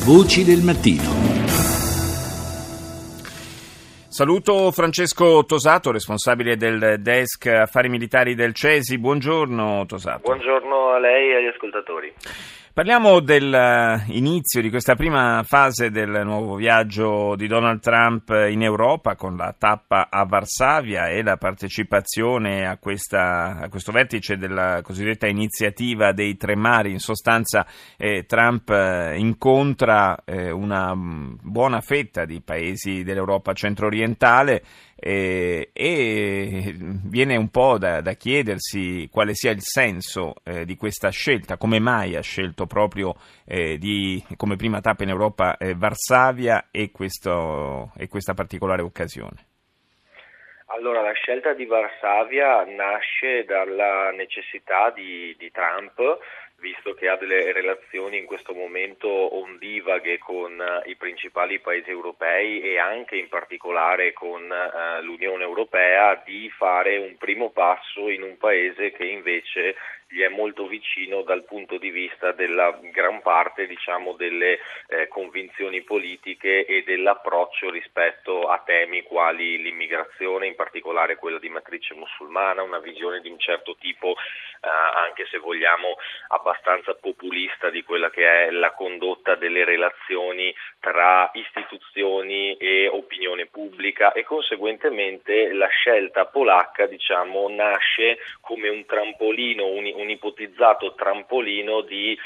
Voci del mattino. Saluto Francesco Tosato, responsabile del desk affari militari del CESI. Buongiorno Tosato. Buongiorno a lei e agli ascoltatori. Parliamo dell'inizio di questa prima fase del nuovo viaggio di Donald Trump in Europa, con la tappa a Varsavia e la partecipazione a questo vertice della cosiddetta iniziativa dei tre mari. In sostanza Trump incontra una buona fetta di paesi dell'Europa centro-orientale e viene un po' da chiedersi quale sia il senso di questa scelta, come mai ha scelto proprio come prima tappa in Europa Varsavia e questa particolare occasione. Allora, la scelta di Varsavia nasce dalla necessità di Trump, visto che ha delle relazioni in questo momento ondivaghe con i principali paesi europei e anche in particolare con l'Unione Europea, di fare un primo passo in un paese che invece gli è molto vicino dal punto di vista della gran parte, delle convinzioni politiche e dell'approccio rispetto a temi quali l'immigrazione, in particolare quella di matrice musulmana, una visione di un certo tipo, anche se vogliamo abbastanza populista, di quella che è la condotta delle relazioni tra istituzioni e opinione pubblica, e conseguentemente la scelta polacca nasce come un trampolino, un ipotizzato trampolino di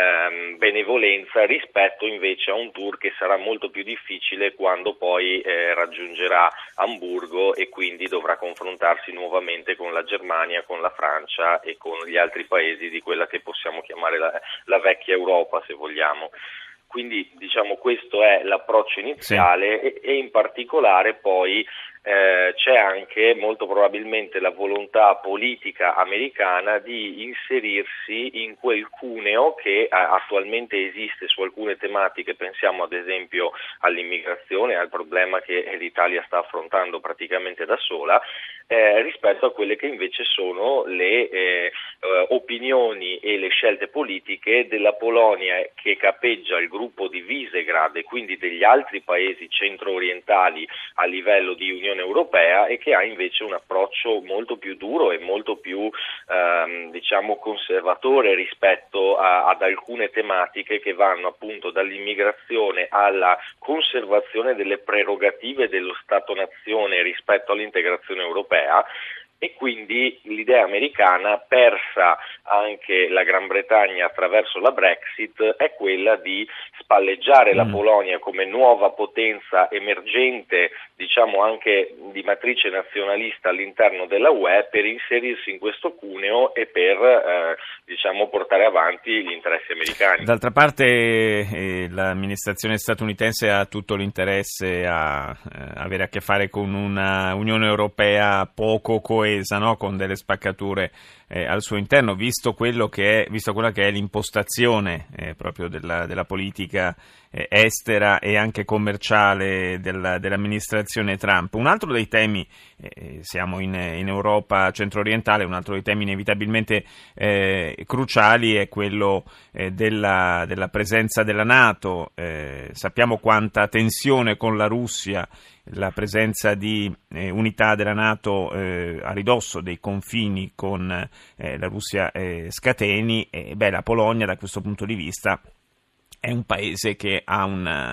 benevolenza rispetto invece a un tour che sarà molto più difficile quando poi raggiungerà Amburgo e quindi dovrà confrontarsi nuovamente con la Germania, con la Francia e con gli altri paesi di quella che possiamo chiamare la vecchia Europa, se vogliamo. Quindi questo è l'approccio iniziale, sì. e in particolare poi c'è anche molto probabilmente la volontà politica americana di inserirsi in quel cuneo che attualmente esiste su alcune tematiche. Pensiamo ad esempio all'immigrazione, al problema che l'Italia sta affrontando praticamente da sola, rispetto a quelle che invece sono le opinioni e le scelte politiche della Polonia, che capeggia il gruppo di Visegrad e quindi degli altri paesi centro-orientali a livello di Unione Europea, e che ha invece un approccio molto più duro e molto più conservatore rispetto ad alcune tematiche che vanno appunto dall'immigrazione alla conservazione delle prerogative dello Stato-nazione rispetto all'integrazione europea. E quindi l'idea americana, persa anche la Gran Bretagna attraverso la Brexit, è quella di spalleggiare la Polonia come nuova potenza emergente, anche di matrice nazionalista all'interno della UE, per inserirsi in questo cuneo e per portare avanti gli interessi americani. D'altra parte l'amministrazione statunitense ha tutto l'interesse a avere a che fare con una Unione Europea poco coesa, no? Con delle spaccature al suo interno, visto quella che è l'impostazione proprio della politica estera e anche commerciale dell'amministrazione Trump. Un altro dei temi, siamo in Europa centro-orientale, un altro dei temi inevitabilmente cruciali è quello della presenza della NATO. Sappiamo quanta tensione con la Russia, la presenza di unità della NATO a ridosso dei confini con la Russia scateni, e la Polonia da questo punto di vista è un paese che ha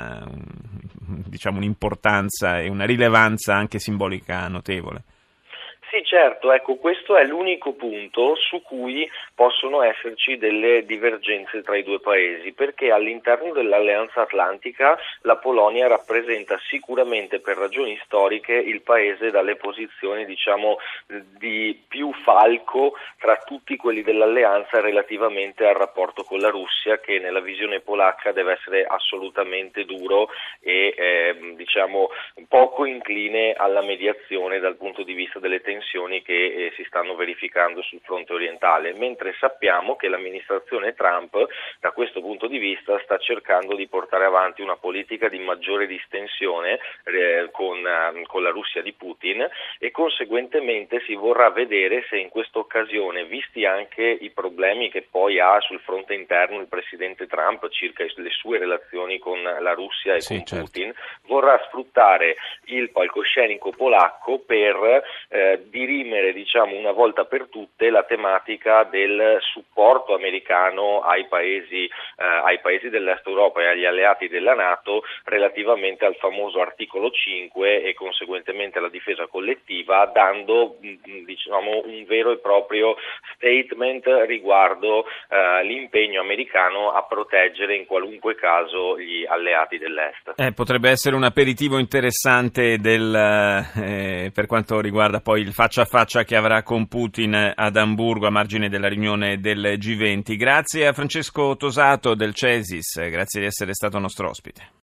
un'importanza e una rilevanza anche simbolica notevole. Sì, certo, questo è l'unico punto su cui possono esserci delle divergenze tra i due paesi, perché all'interno dell'Alleanza Atlantica la Polonia rappresenta sicuramente, per ragioni storiche, il paese dalle posizioni di più falco tra tutti quelli dell'Alleanza relativamente al rapporto con la Russia, che nella visione polacca deve essere assolutamente duro e poco incline alla mediazione dal punto di vista delle tensioni che si stanno verificando sul fronte orientale, mentre sappiamo che l'amministrazione Trump da questo punto di vista sta cercando di portare avanti una politica di maggiore distensione con la Russia di Putin, e conseguentemente si vorrà vedere se in questa occasione, visti anche i problemi che poi ha sul fronte interno il presidente Trump circa le sue relazioni relazioni con la Russia e sì, con certo. Putin, vorrà sfruttare il palcoscenico polacco per dirimere, diciamo, una volta per tutte la tematica del supporto americano ai paesi dell'Est Europa e agli alleati della NATO relativamente al famoso articolo 5 e conseguentemente alla difesa collettiva, dando diciamo un vero e proprio statement riguardo l'impegno americano a proteggere in qualunque caso gli alleati dell'Est. Potrebbe essere un aperitivo interessante per quanto riguarda poi il faccia a faccia che avrà con Putin ad Amburgo a margine della riunione del G20. Grazie a Francesco Tosato del CESIS, grazie di essere stato nostro ospite.